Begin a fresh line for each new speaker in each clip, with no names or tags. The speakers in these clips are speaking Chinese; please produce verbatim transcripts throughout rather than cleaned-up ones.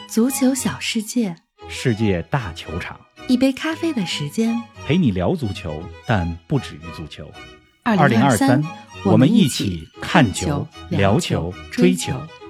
足球小世界，
世界大球场，
一杯咖啡的时间，
陪你聊足球，但不止于足球。
二零二三，
我们一起看球、聊球、追球。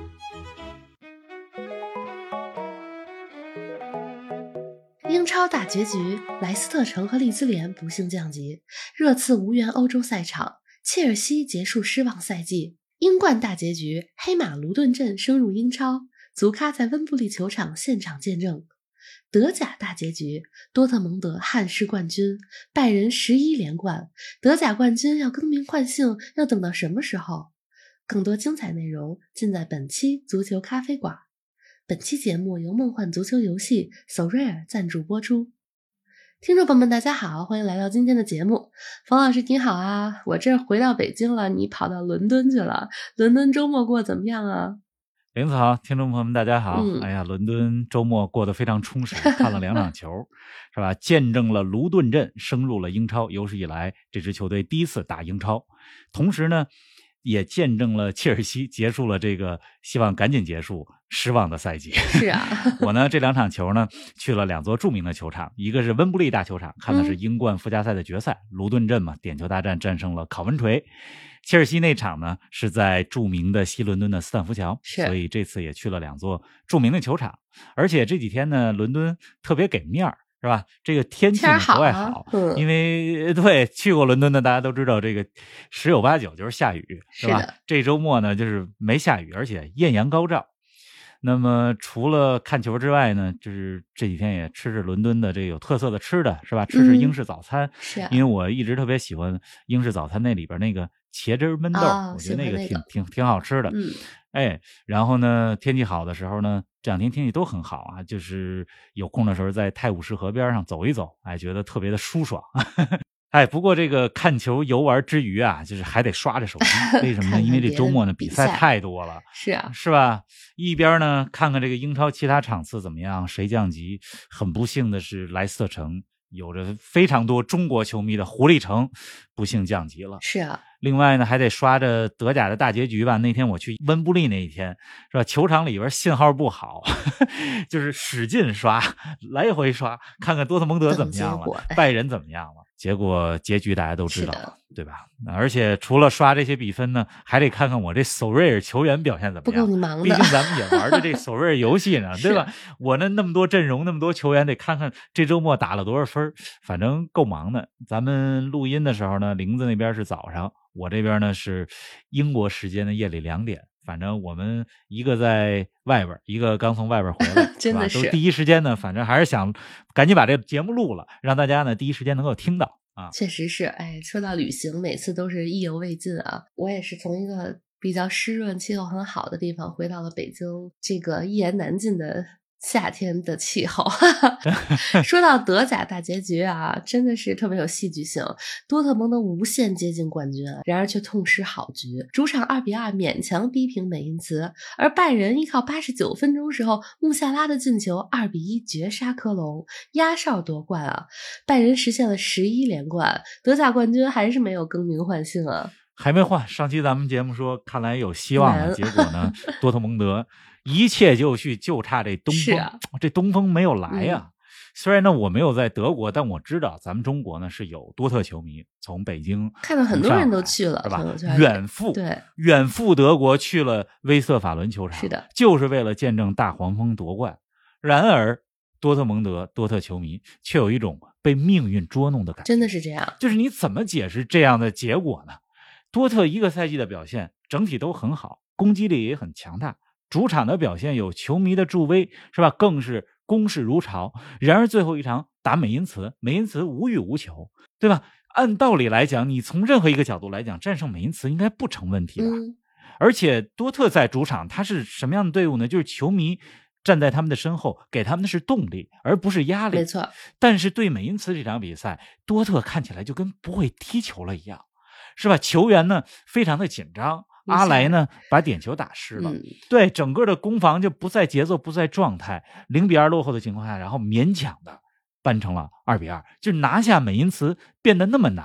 英超大结局，莱斯特城和利兹联不幸降级，热刺无缘欧洲赛场，切尔西结束失望赛季。英冠大结局，黑马卢顿镇升入英超，足咖在温布利球场现场见证。德甲大结局，多特蒙德汉室冠军，拜仁十一连冠，德甲冠军要更名换姓，要等到什么时候？更多精彩内容尽在本期足球咖啡馆。本期节目由梦幻足球游戏 Sorare 赞助播出。听众朋友们大家好，欢迎来到今天的节目。冯老师你好啊，我这回到北京了，你跑到伦敦去了，伦敦周末过怎么样啊？
林子好，听众朋友们大家好、
嗯、
哎呀，伦敦周末过得非常充实，看了两场球是吧，见证了卢顿镇升入了英超，有史以来这支球队第一次打英超，同时呢也见证了切尔西结束了这个希望赶紧结束失望的赛季。
是啊，
我呢这两场球呢去了两座著名的球场，一个是温布利大球场，看的是英冠附加赛的决赛、嗯、卢顿镇嘛，点球大战战胜了考文垂。切尔西那场呢是在著名的西伦敦的斯坦福桥，所以这次也去了两座著名的球场。而且这几天呢伦敦特别给面儿是吧？这个天气呢不外好，
好、嗯、
因为对去过伦敦的大家都知道，这个十有八九就是下雨，是吧？
是
这周末呢就是没下雨，而且艳阳高照。那么除了看球之外呢，就是这几天也吃吃伦敦的这个有特色的吃的，是吧？吃吃英式早餐，
嗯、是啊，
因为我一直特别喜欢英式早餐那里边那个茄汁焖豆、哦，我觉得那个挺、那个、挺挺好吃的。
嗯，
哎，然后呢，天气好的时候呢，这两天天气都很好啊，就是有空的时候在泰晤士河边上走一走，哎，觉得特别的舒爽。哎，不过这个看球游玩之余啊，就是还得刷着手机，为什么呢？因为这周末呢比赛太多了，
是啊，
是吧？一边呢看看这个英超其他场次怎么样，谁降级。很不幸的是，莱斯特城有着非常多中国球迷的狐狸城不幸降级了。
是啊。
另外呢，还得刷着德甲的大结局吧。那天我去温布利那一天，是吧？球场里边信号不好，就是使劲刷，来回刷，看看多特蒙德怎么样了，拜仁怎么样了。结果结局大家都知道了，对吧？而且除了刷这些比分呢，还得看看我这索瑞尔球员表现怎么样。
不够你忙的，
毕竟咱们也玩着这索瑞尔游戏呢，对吧？我那那么多阵容，那么多球员，得看看这周末打了多少分，反正够忙的。咱们录音的时候呢，玲子那边是早上，我这边呢是英国时间的夜里两点。反正我们一个在外边，一个刚从外边回来，
真的是
都第一时间呢，反正还是想赶紧把这个节目录了，让大家呢第一时间能够听到啊。
确实是，哎，说到旅行，每次都是意犹未尽啊。我也是从一个比较湿润、气候很好的地方回到了北京，这个一言难尽的夏天的气候。说到德甲大结局啊，真的是特别有戏剧性。多特蒙德无限接近冠军，然而却痛失好局，主场二比二勉强逼平美因茨，而拜仁依靠八十九分钟时候穆夏拉的进球二比一绝杀科隆，压哨夺冠啊！拜仁实现了十一连冠，德甲冠军还是没有更名换姓啊。
还没换，上期咱们节目说看来有希望了，结果呢多特蒙德一切就绪，就差这东风、
啊、
这东风没有来呀、啊嗯。虽然呢我没有在德国，但我知道咱们中国呢是有多特球迷从北京，
看到很多人都去了，
是吧？远赴
对
远赴德国去了威瑟法伦球场，
是的，
就是为了见证大黄蜂夺冠。然而多特蒙德多特球迷却有一种被命运捉弄的感觉，
真的是这样。
就是你怎么解释这样的结果呢？多特一个赛季的表现整体都很好，攻击力也很强大，主场的表现有球迷的助威，是吧？更是攻势如潮。然而最后一场打美因茨，美因茨无欲无求，对吧？按道理来讲，你从任何一个角度来讲，战胜美因茨应该不成问题吧、
嗯、
而且多特在主场他是什么样的队伍呢？就是球迷站在他们的身后，给他们的是动力而不是压力。
没错。
但是对美因茨这场比赛，多特看起来就跟不会踢球了一样，是吧？球员呢非常的紧张，阿莱呢把点球打失了、嗯、对，整个的攻防就不在节奏，不在状态，零比二落后的情况下，然后勉强的扳成了二比二，就拿下美因茨变得那么难。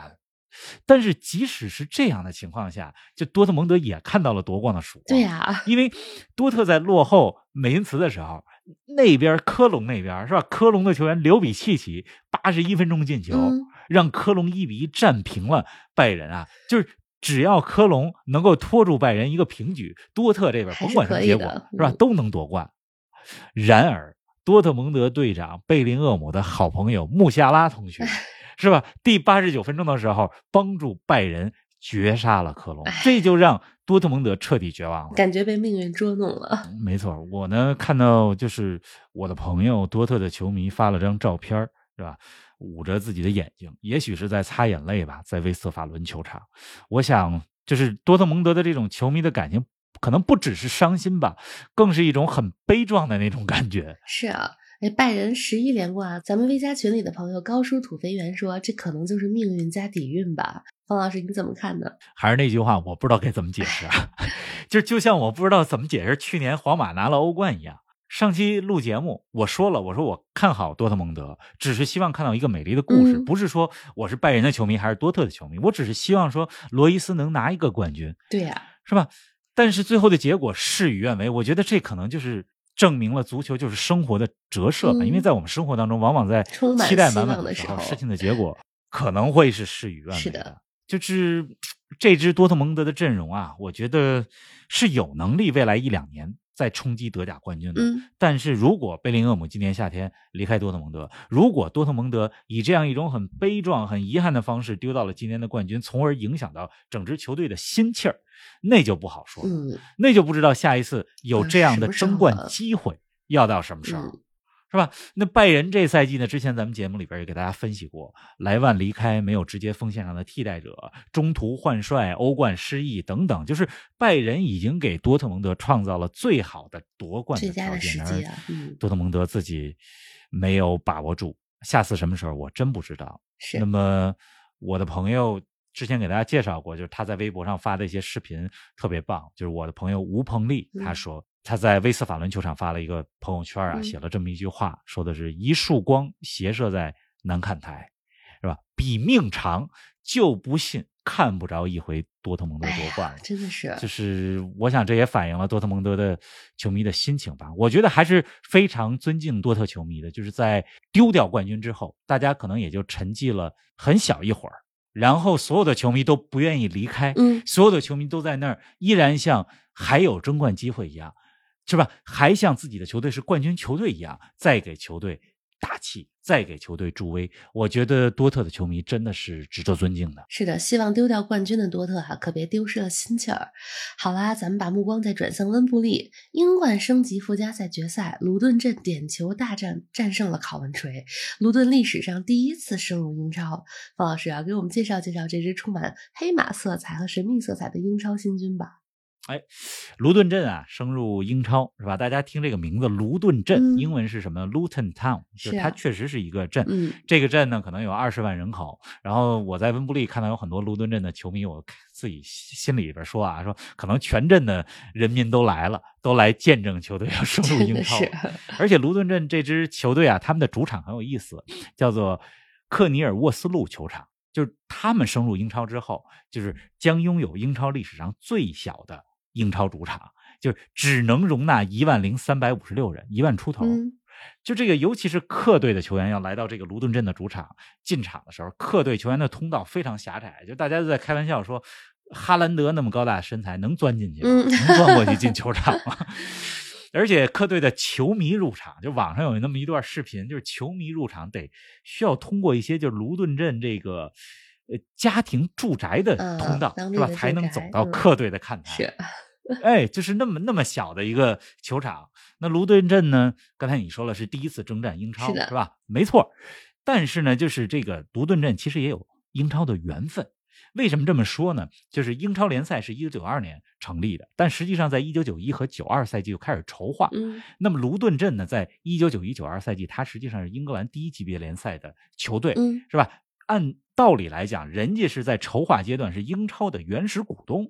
但是即使是这样的情况下，就多特蒙德也看到了夺冠的曙光。
对呀、啊，
因为多特在落后美因茨的时候，那边科隆那边是吧？科隆的球员刘比契奇八十一分钟进球，
嗯、
让科隆一比一战平了拜仁啊！就是只要科隆能够拖住拜仁一个平局，多特这边甭管什么结果 是,、嗯、是吧，都能夺冠。然而，多特蒙德队长贝林厄姆的好朋友穆夏拉同学。是吧？第八十九分钟的时候，帮助拜仁绝杀了科隆，这就让多特蒙德彻底绝望了，
感觉被命运捉弄了。
嗯、没错，我呢看到就是我的朋友多特的球迷发了张照片，是吧？捂着自己的眼睛，也许是在擦眼泪吧，在威斯特法伦球场。我想，就是多特蒙德的这种球迷的感情，可能不只是伤心吧，更是一种很悲壮的那种感觉。
是啊。哎，拜仁十一连冠，咱们微家群里的朋友高叔土肥圆说，这可能就是命运加底蕴吧。方老师，你怎么看呢？
还是那句话，我不知道该怎么解释啊，就就像我不知道怎么解释去年皇马拿了欧冠一样。上期录节目我说了，我说我看好多特蒙德，只是希望看到一个美丽的故事，
嗯、
不是说我是拜仁的球迷还是多特的球迷，我只是希望说罗伊斯能拿一个冠军。
对呀、啊，
是吧？但是最后的结果事与愿违，我觉得这可能就是证明了足球就是生活的折射吧、嗯、因为在我们生活当中往往在期待满满的时候，事情的结果可能会是事与愿违的。
是的，
就是这支多特蒙德的阵容啊，我觉得是有能力未来一两年再冲击德甲冠军的、
嗯、
但是如果贝林厄姆今年夏天离开多特蒙德，如果多特蒙德以这样一种很悲壮很遗憾的方式丢到了今年的冠军，从而影响到整支球队的心气儿，那就不好说了、
嗯、
那就不知道下一次有这样的争冠机会要到什么时候、
嗯、
是吧？那拜仁这赛季呢，之前咱们节目里边也给大家分析过，莱万离开，没有直接锋线上的替代者，中途换帅，欧冠失意等等，就是拜仁已经给多特蒙德创造了最好的夺冠的条件，
而、嗯、
多特蒙德自己没有把握住，下次什么时候我真不知道。
是。
那么我的朋友之前给大家介绍过，就是他在微博上发的一些视频特别棒，就是我的朋友吴鹏丽，他说、嗯他在威斯法伦球场发了一个朋友圈啊，写了这么一句话，说的是一束光斜射在南看台，是吧？比命长，就不信看不着一回多特蒙德夺冠了、哎、
真的是，
就是我想这也反映了多特蒙德的球迷的心情吧。我觉得还是非常尊敬多特球迷的，就是在丢掉冠军之后，大家可能也就沉寂了很小一会儿，然后所有的球迷都不愿意离开，
嗯，
所有的球迷都在那儿，依然像还有争冠机会一样，是吧？还像自己的球队是冠军球队一样，再给球队打气，再给球队助威。我觉得多特的球迷真的是值得尊敬的。
是的，希望丢掉冠军的多特啊，可别丢失了心气儿。好啦，咱们把目光再转向温布利，英冠升级附加赛决赛，卢顿镇点球大战战胜了考文垂，卢顿历史上第一次升入英超。方老师啊，给我们介绍介绍这支充满黑马色彩和神秘色彩的英超新军吧。
哎，卢顿镇啊，升入英超是吧？大家听这个名字，卢顿镇，嗯、英文是什么 ？Luton Town， 就是它确实是一个镇。
嗯、
这个镇呢，可能有二十万人口。然后我在温布利看到有很多卢顿镇的球迷，我自己心里边说啊，说可能全镇的人民都来了，都来见证球队要升入英超。而且卢顿镇这支球队啊，他们的主场很有意思，叫做克尼尔沃斯路球场。就是他们升入英超之后，就是将拥有英超历史上最小的英超主场，就只能容纳一万零三百五十六人，一万出头。
嗯、
就这个，尤其是客队的球员要来到这个卢顿镇的主场进场的时候，客队球员的通道非常狭窄，就大家都在开玩笑说，哈兰德那么高大的身材能钻进去吗？
嗯、
能钻过去进球场吗？而且客队的球迷入场，就网上有那么一段视频，就是球迷入场得需要通过一些就是卢顿镇这个呃家庭住宅的通道、
呃、
是吧，才能走到客队的看台。
是，
哎，就是那么那么小的一个球场。那卢顿镇呢，刚才你说了是第一次征战英超， 是, 是吧？没错。但是呢，就是这个卢顿镇其实也有英超的缘分。为什么这么说呢？就是英超联赛是一九九二年成立的，但实际上在一九九一和九二赛季就开始筹划。
嗯，
那么卢顿镇呢，在一九九一九二赛季，它实际上是英格兰第一级别联赛的球队，
嗯，
是吧？按道理来讲，人家是在筹划阶段是英超的原始股东，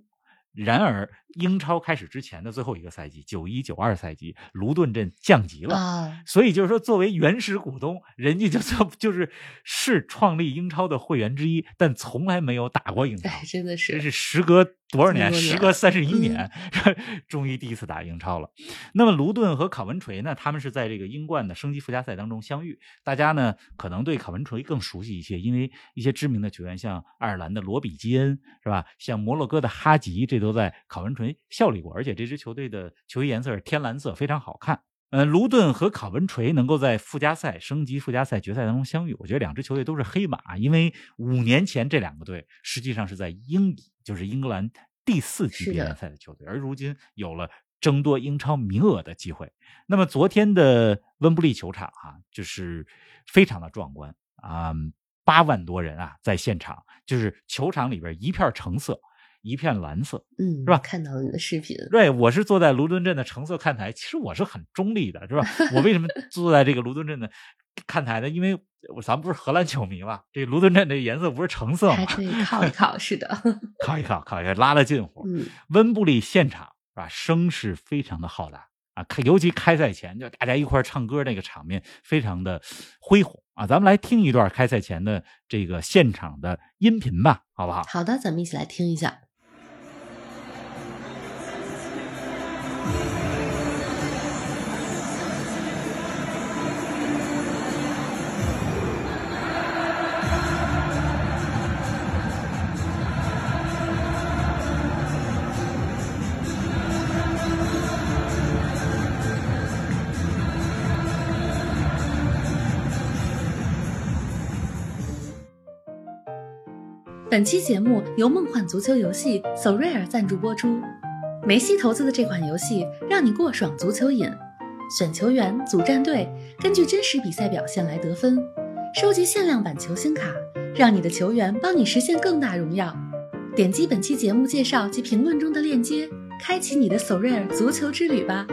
然而英超开始之前的最后一个赛季九一九二赛季，卢顿镇降级了、
啊、
所以就是说作为原始股东，人家就就是是创立英超的会员之一，但从来没有打过英超、
哎、真的是
这是时隔多少年？
年
时隔三十一年、嗯、终于第一次打英超了。那么卢顿和考文垂呢，他们是在这个英冠的升级附加赛当中相遇，大家呢可能对考文垂更熟悉一些，因为一些知名的球员像爱尔兰的罗比基恩是吧，像摩洛哥的哈吉，这都在考文垂效力过，而且这支球队的球衣颜色是天蓝色，非常好看。呃，卢顿和考文垂能够在附加赛升级附加赛决赛当中相遇，我觉得两支球队都是黑马，因为五年前这两个队实际上是在英乙，就是英格兰第四级别联赛的球队，而如今有了争夺英超名额的机会。那么昨天的温布利球场啊，就是非常的壮观啊，八万多人啊在现场，就是球场里边一片橙色。一片蓝色，
嗯，
是吧？
看到了你的视频，
对，我是坐在卢顿镇的橙色看台，其实我是很中立的，是吧？我为什么坐在这个卢顿镇的看台呢？因为咱们不是荷兰球迷嘛，这卢顿镇的颜色不是橙色吗？
还可以靠一靠，是的，
靠一靠，靠一靠，拉了近乎。
嗯，
温布利现场是吧？声势非常的浩大啊，尤其开赛前就大家一块唱歌那个场面非常的恢宏啊。咱们来听一段开赛前的这个现场的音频吧，好不好？
好的，咱们一起来听一下。本期节目由梦幻足球游戏 Sorare 赞助播出。梅西投资的这款游戏让你过爽足球瘾，选球员、组战队，根据真实比赛表现来得分，收集限量版球星卡，让你的球员帮你实现更大荣耀。点击本期节目介绍及评论中的链接，开启你的 Sorare 足球之旅吧。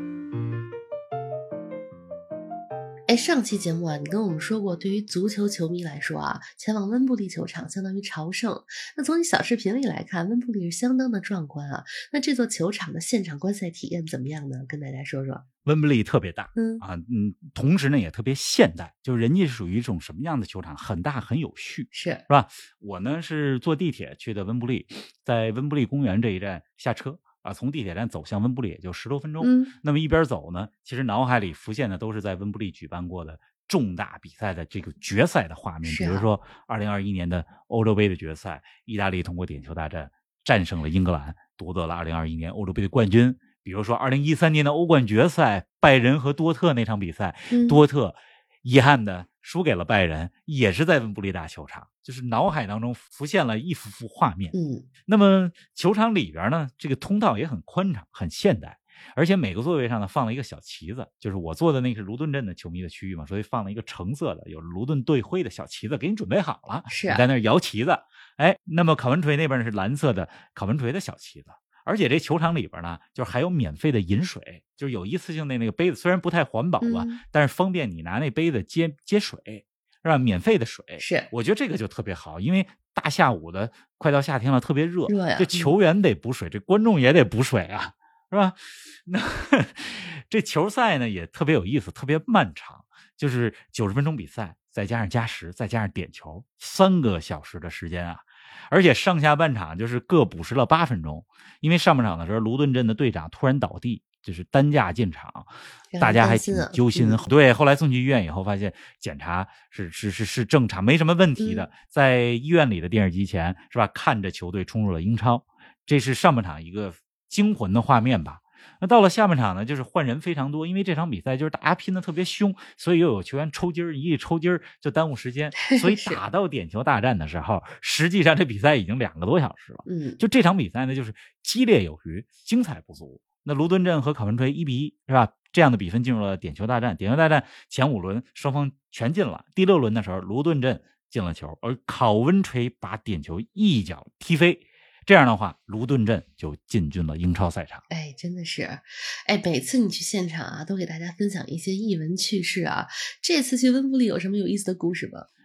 哎，上期节目啊，你跟我们说过，对于足球球迷来说啊，前往温布利球场相当于朝圣。那从你小视频里来看，温布利是相当的壮观啊。那这座球场的现场观赛体验怎么样呢？跟大家说说。
温布利特别大，
嗯
啊嗯，同时呢也特别现代，就是人家是属于一种什么样的球场？很大很有序，
是
是吧？我呢是坐地铁去的温布利，在温布利公园这一站下车。啊，从地铁站走向温布利也就十多分钟。
嗯，
那么一边走呢，其实脑海里浮现的都是在温布利举办过的重大比赛的这个决赛的画面，
是啊、
比如说二零二一年的欧洲杯的决赛，意大利通过点球大战战胜了英格兰，夺得了二零二一年欧洲杯的冠军。比如说二零一三年的欧冠决赛，拜仁和多特那场比赛，
嗯、
多特遗憾的输给了拜仁，也是在温布利大球场，就是脑海当中浮现了一幅幅画面。
嗯，
那么球场里边呢，这个通道也很宽敞，很现代，而且每个座位上呢放了一个小旗子，就是我坐的那个是卢顿镇的球迷的区域嘛，所以放了一个橙色的有卢顿队徽的小旗子，给你准备好了，
是、啊、
你在那儿摇旗子。哎，那么考文垂那边是蓝色的考文垂的小旗子。而且这球场里边呢，就是还有免费的饮水，就是有一次性的那个杯子，虽然不太环保吧，
嗯、
但是方便你拿那杯子接接水，是吧？免费的水，
是，
我觉得这个就特别好，因为大下午的，快到夏天了，特别热，
热呀，
这球员得补水，嗯、这观众也得补水啊，是吧？那这球赛呢也特别有意思，特别漫长，就是九十分钟比赛，再加上加时，再加上点球，三个小时的时间啊。而且上下半场就是各补时了八分钟，因为上半场的时候卢顿镇的队长突然倒地，就是担架进场，大家还挺揪心。
嗯、
对，后来送去医院以后发现检查是是是是正常，没什么问题的。
嗯、
在医院里的电视机前是吧，看着球队冲入了英超，这是上半场一个惊魂的画面吧。那到了下半场呢，就是换人非常多，因为这场比赛就是大家拼得特别凶，所以又有球员抽筋儿，一抽筋儿就耽误时间，所以打到点球大战的时候，实际上这比赛已经两个多小时了。
嗯，
就这场比赛呢，就是激烈有余，精彩不足。那卢顿镇和考文垂一比一，是吧？这样的比分进入了点球大战。点球大战前五轮双方全进了，第六轮的时候，卢顿镇进了球，而考文垂把点球一脚踢飞。这样的话，卢顿镇就进军了英超赛场。
哎，真的是，哎，每次你去现场啊，都给大家分享一些异闻趣事啊。这次去温布利有什么有意思的故事吗？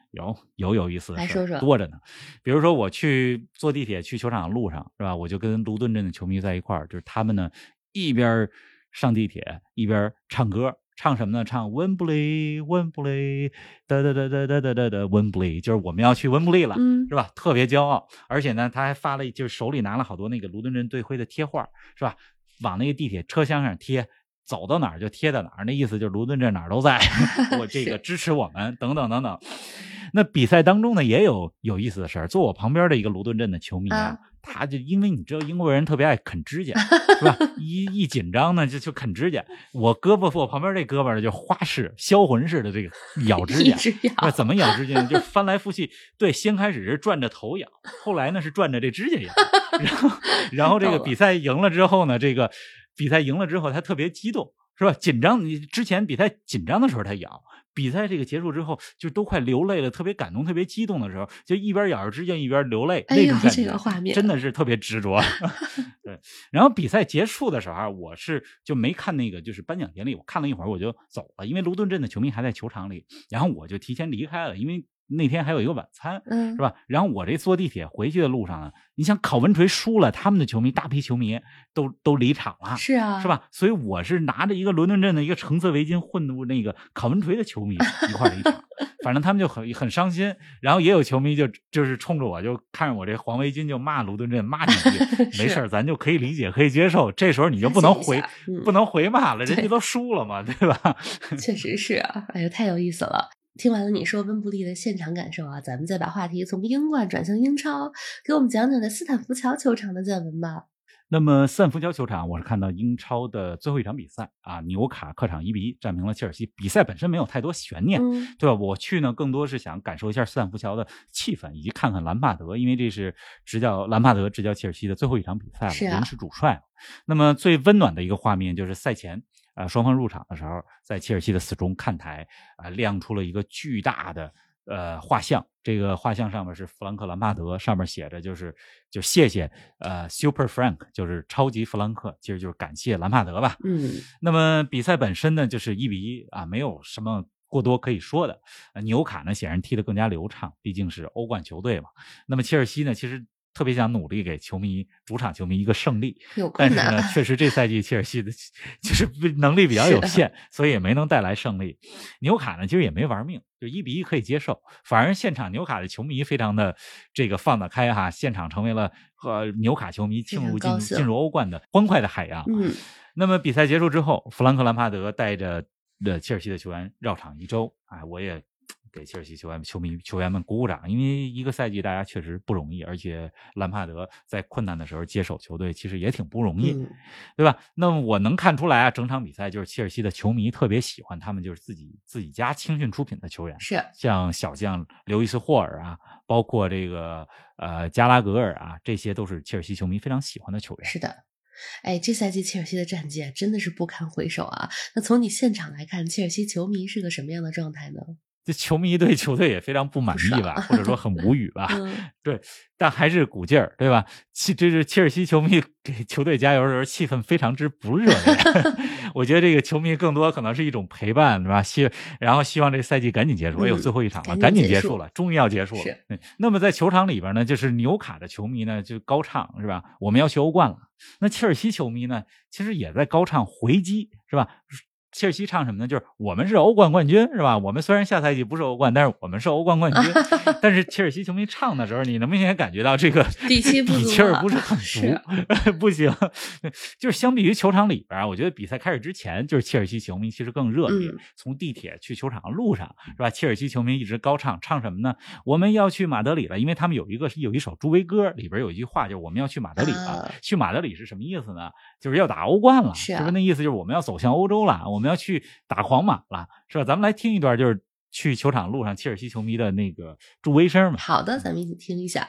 有有有意思的事，
来说说
多着呢。比如说我去坐地铁去球场的路上，是吧？我就跟卢顿镇的球迷在一块儿，就是他们呢一边上地铁一边唱歌。唱什么呢？唱温布利，温布利，哒哒哒哒哒哒哒哒，温布利，就是我们要去温布利了，
嗯，
是吧？特别骄傲，而且呢，他还发了，就是手里拿了好多那个卢顿镇队徽的贴画，是吧？往那个地铁车厢上贴，走到哪儿就贴到哪儿，那意思就是卢顿镇哪儿都在，我这个支持我们，等等等等。那比赛当中呢，也有有意思的事儿。坐我旁边的一个卢顿镇的球迷啊。啊他就因为你知道英国人特别爱啃指甲，是吧？一一紧张呢就就啃指甲。我胳膊我旁边这胳膊呢就花式销魂式的这个咬指甲。那怎么咬指甲呢？就翻来覆去。对，先开始是转着头咬，后来呢是转着这指甲咬。然后然后这个比赛赢了之后呢，这个比赛赢了之后他特别激动，是吧？紧张，你之前比赛紧张的时候他咬。比赛这个结束之后，就都快流泪了，特别感动、特别激动的时候，就一边咬着指甲一边流泪，
哎
那种感觉，
这个画面
真的是特别执着。对，然后比赛结束的时候，我是就没看那个就是颁奖典礼，我看了一会儿我就走了，因为卢顿镇的球迷还在球场里，然后我就提前离开了，因为那天还有一个晚餐，
嗯，
是吧？然后我这坐地铁回去的路上呢，你想考文垂输了，他们的球迷大批球迷都都离场了，
是啊，
是吧？所以我是拿着一个伦敦镇的一个橙色围巾混入那个考文垂的球迷一块离场，反正他们就很很伤心。然后也有球迷就就是冲着我就看着我这黄围巾就骂卢顿镇骂几句，没事咱就可以理解可以接受。这时候你就不能回、嗯、不能回骂了，人家都输了嘛， 对, 对吧？
确实是啊，哎呀，太有意思了。听完了你说温布利的现场感受啊，咱们再把话题从英冠转向英超，给我们讲讲在斯坦福桥球场的见闻吧。
那么斯坦福桥球场，我是看到英超的最后一场比赛啊，纽卡客场一比一战平了切尔西。比赛本身没有太多悬念，
嗯、
对吧？我去呢，更多是想感受一下斯坦福桥的气氛，以及看看兰帕德，因为这是执教兰帕德执教切尔西的最后一场比赛了，临时主帅。那么最温暖的一个画面就是赛前。呃，双方入场的时候，在切尔西的死忠看台啊、呃，亮出了一个巨大的呃画像。这个画像上面是弗兰克·兰帕德，上面写着就是就谢谢呃 Super Frank， 就是超级弗兰克，其实就是感谢兰帕德吧。
嗯，
那么比赛本身呢，就是一比一啊，没有什么过多可以说的。呃、纽卡呢，显然踢得更加流畅，毕竟是欧冠球队嘛。那么切尔西呢，其实。特别想努力给球迷主场球迷一个胜利，但是呢，确实这赛季切尔西的就是能力比较有限，所以也没能带来胜利。纽卡呢，其实也没玩命，就一比一可以接受。反而现场纽卡的球迷非常的这个放得开哈，现场成为了和纽卡球迷进入进进入欧冠的欢快的海洋。
嗯，
那么比赛结束之后，弗兰克·兰帕德带着的切尔西的球员绕场一周，哎，我也。给切尔西球员、球迷、球员们鼓鼓掌，因为一个赛季大家确实不容易，而且兰帕德在困难的时候接手球队，其实也挺不容易，
嗯、
对吧？那么我能看出来啊，整场比赛就是切尔西的球迷特别喜欢他们，就是自己自己家青训出品的球员，
是
像小将刘易斯·霍尔啊，包括这个呃加拉格尔啊，这些都是切尔西球迷非常喜欢的球员。
是的。哎，这赛季切尔西的战绩啊，真的是不堪回首啊！那从你现场来看，切尔西球迷是个什么样的状态呢？
这球迷对球队也非常不满意吧，或者说很无语吧、
嗯、
对，但还是鼓劲儿，对吧？这是切尔西球迷给球队加油的时候气氛非常之不热烈我觉得这个球迷更多可能是一种陪伴，对吧？希然后希望这赛季赶紧结束，哎呦，最后一场了，
赶紧
结束了，终于要结束了。
是。
那么在球场里边呢，就是纽卡的球迷呢就高唱，是吧？我们要去欧冠了。那切尔西球迷呢，其实也在高唱回击，是吧？切尔西唱什么呢？就是我们是欧冠冠军，是吧？我们虽然下赛季不是欧冠，但是我们是欧冠冠军。但是切尔西球迷唱的时候，你能明显感觉到这个
底气不足，
底气儿不是很足，不行。就是相比于球场里边，我觉得比赛开始之前，就是切尔西球迷其实更热烈。
嗯、
从地铁去球场的路上，是吧？切尔西球迷一直高唱，唱什么呢？我们要去马德里了，因为他们有一个有一首助威歌，里边有一句话，就是我们要去马德里了。
啊、
去马德里是什么意思呢？就是要打欧冠了，
是、啊、
是不是那意思？就是我们要走向欧洲了，我们要去打皇马了，是吧？咱们来听一段，就是去球场路上切尔西球迷的那个助威声嘛。
好的，咱们一起听一下。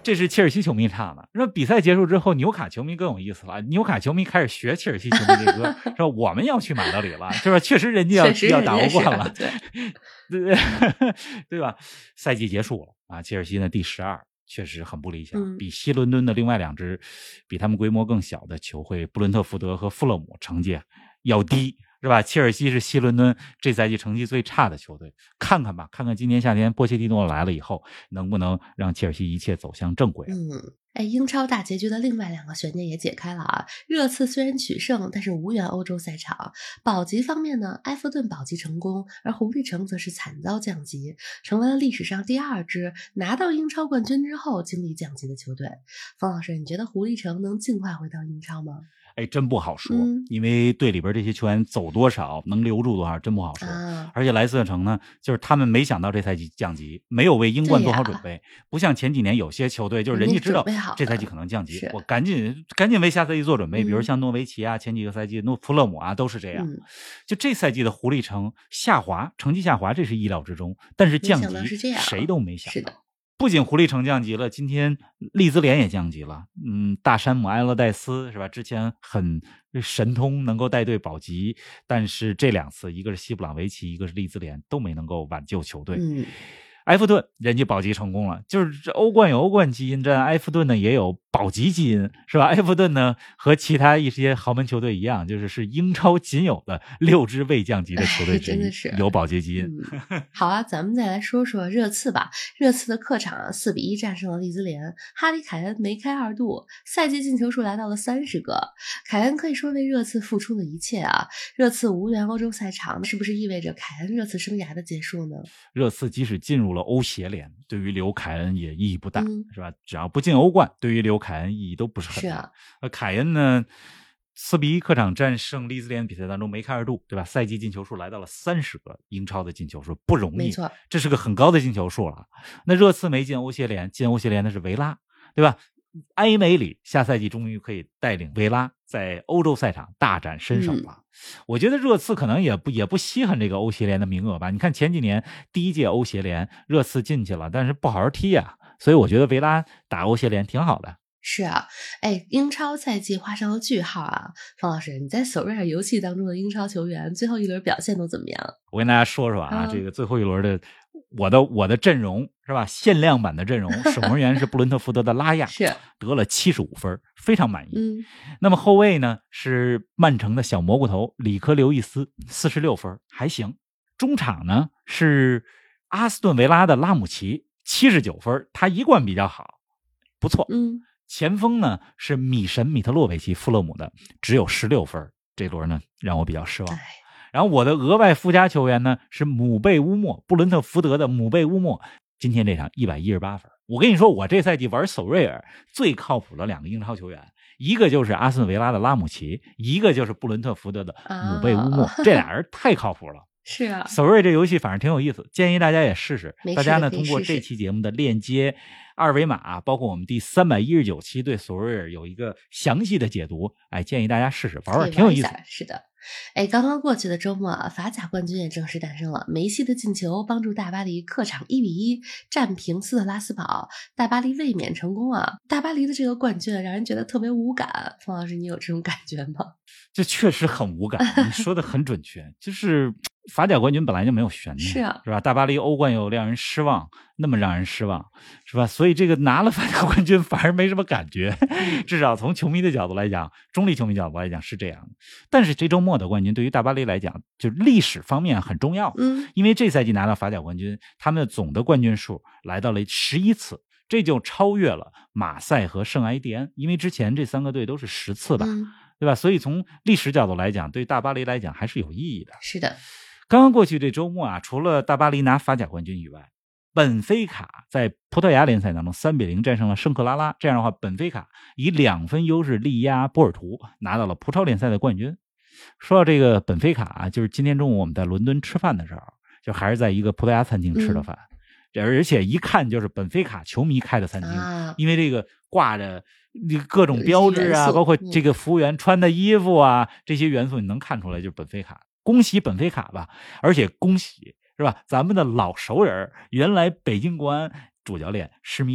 这是切尔西球迷唱的。那比赛结束之后，纽卡球迷更有意思了，纽卡球迷开始学切尔西球迷这歌，说我们要去马德里了，是吧？确实人家要要打欧冠了，
对
对对吧？赛季结束了啊，切尔西呢第十二。确实很不理想，
嗯、
比西伦敦的另外两支比他们规模更小的球会布伦特福德和富勒姆成绩要低，是吧？切尔西是西伦敦这赛季成绩最差的球队，看看吧，看看今年夏天波切蒂诺来了以后，能不能让切尔西一切走向正轨。
嗯。哎，英超大结局的另外两个悬念也解开了啊！热刺虽然取胜，但是无缘欧洲赛场。保级方面呢，埃弗顿保级成功，而狐狸城则是惨遭降级，成为了历史上第二支拿到英超冠军之后经历降级的球队。方老师，你觉得狐狸城能尽快回到英超吗？
哎，真不好说，
嗯、
因为队里边这些球员走多少，能留住多少，真不好说。
啊、
而且莱斯特城呢，就是他们没想到这赛季降级，没有为英冠做好准备，不像前几年有些球队，就是人家知道这赛季可能降级，我赶紧赶紧为下赛季做准备。
嗯、
比如像诺维奇啊，前几个赛季诺普勒姆啊，都是这样。
嗯、
就这赛季的狐狸城下滑，成绩下滑，这是意料之中，但是降级谁都没想到。
是的。
不仅狐狸城降级了，今天利兹联也降级了。嗯，大山姆埃勒戴斯是吧？之前很神通，能够带队保级，但是这两次，一个是西布朗维奇，一个是利兹联，都没能够挽救球队。
嗯。
埃弗顿人家保级成功了，就是欧冠有欧冠基因，这埃弗顿呢也有保级基因，是吧？埃弗顿呢和其他一些豪门球队一样，就是是英超仅有的六支未降级的球队之一，
真的是
有保级基因。
嗯、好啊，咱们再来说说热刺吧。热刺的客场四比一战胜了利兹联，哈里凯恩梅开二度，赛季进球数来到了三十个。凯恩可以说为热刺付出了一切啊！热刺无缘欧洲赛场，是不是意味着凯恩热刺生涯的结束呢？
热刺即使进入了欧协联，对于留凯恩也意义不大，
嗯、
是吧？只要不进欧冠，对于留凯恩意义都不是很大。
是啊，
呃，凯恩呢，四比一客场战胜利兹联比赛当中梅开二度，对吧？赛季进球数来到了三十个，英超的进球数不容易，
没错，
这是个很高的进球数了。那热刺没进欧协联，进欧协联的是维拉，对吧？埃梅里下赛季终于可以带领维拉在欧洲赛场大展身手了。嗯、我觉得热刺可能也不也不稀罕这个欧协联的名额吧。你看前几年第一届欧协联，热刺进去了，但是不好好踢啊，所以我觉得维拉打欧协联挺好的。
是啊，哎，英超赛季画上了句号啊！方老师，你在索瑞尔游戏当中的英超球员最后一轮表现都怎么样？
我跟大家说说啊，
嗯、
这个最后一轮的我的我的阵容是吧？限量版的阵容，守门员是布伦特福德的拉亚，
是
得了七十五分，非常满意。
嗯，
那么后卫呢是曼城的小蘑菇头里科刘易斯，四十六分，还行。中场呢是阿斯顿维拉的拉姆齐，七十九分，他一贯比较好，不错。
嗯。
前锋呢是米神米特洛维奇，富勒姆的，只有十六分，这轮呢让我比较失望。然后我的额外附加球员呢是姆贝乌莫，布伦特福德的姆贝乌莫，今天这场一百一十八分。我跟你说，我这赛季玩索瑞尔最靠谱的两个英超球员，一个就是阿斯顿维拉的拉姆齐，一个就是布伦特福德的姆贝乌莫，啊、这俩人太靠谱了。
是啊，
索瑞这游戏反正挺有意思，建议大家也试试。大家呢
试试
通过这期节目的链接、二维码，包括我们第三百一十九期对索瑞尔有一个详细的解读，哎，建议大家试试玩玩，挺有意思。
是的。哎，刚刚过去的周末啊，法甲冠军也正式诞生了。梅西的进球帮助大巴黎客场一比一战平斯特拉斯堡，大巴黎卫冕成功啊！大巴黎的这个冠军让人觉得特别无感。方老师，你有这种感觉吗？
这确实很无感，你说的很准确，就是法甲冠军本来就没有悬念，
是啊，
是吧？大巴黎欧冠又让人失望，那么让人失望，是吧？所以这个拿了法甲冠军反而没什么感觉，至少从球迷的角度来讲，中立球迷角度来讲是这样。但是这周末的冠军对于大巴黎来讲，就历史方面很重要，
嗯，
因为这赛季拿到法甲冠军，他们的总的冠军数来到了十一次，这就超越了马赛和圣埃蒂安，因为之前这三个队都是十次吧。
嗯，
对吧？所以从历史角度来讲，对大巴黎来讲还是有意义的。
是的，
刚刚过去这周末啊，除了大巴黎拿法甲冠军以外，本菲卡在葡萄牙联赛当中三比零战胜了圣克拉拉，这样的话，本菲卡以两分优势力压波尔图，拿到了葡超联赛的冠军。说到这个本菲卡啊，就是今天中午我们在伦敦吃饭的时候，就还是在一个葡萄牙餐厅吃的饭。嗯，而且一看就是本菲卡球迷开的餐厅，
啊，
因为这个挂着各种标志啊，包括这个服务员穿的衣服啊，嗯，这些元素你能看出来就是本菲卡。恭喜本菲卡吧，而且恭喜是吧？咱们的老熟人，原来北京国安主教练施密特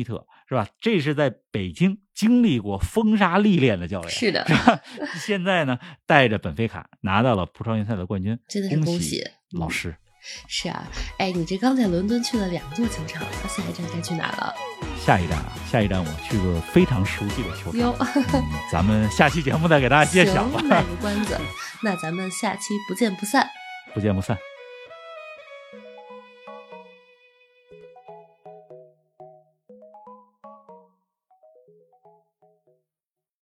是吧？这是在北京经历过风沙历练的教练，
是的，
是吧？现在呢，带着本菲卡拿到了葡超联赛的冠军，
真的是恭喜
老师。
嗯是啊，哎，你这刚在伦敦去了两座球场了，下一站该去哪了？
下一站啊，下一站我去个非常熟悉的球场，嗯、咱们下期节目再给大家揭晓吧。
卖个关子，那咱们下期不见不散，
不见不散。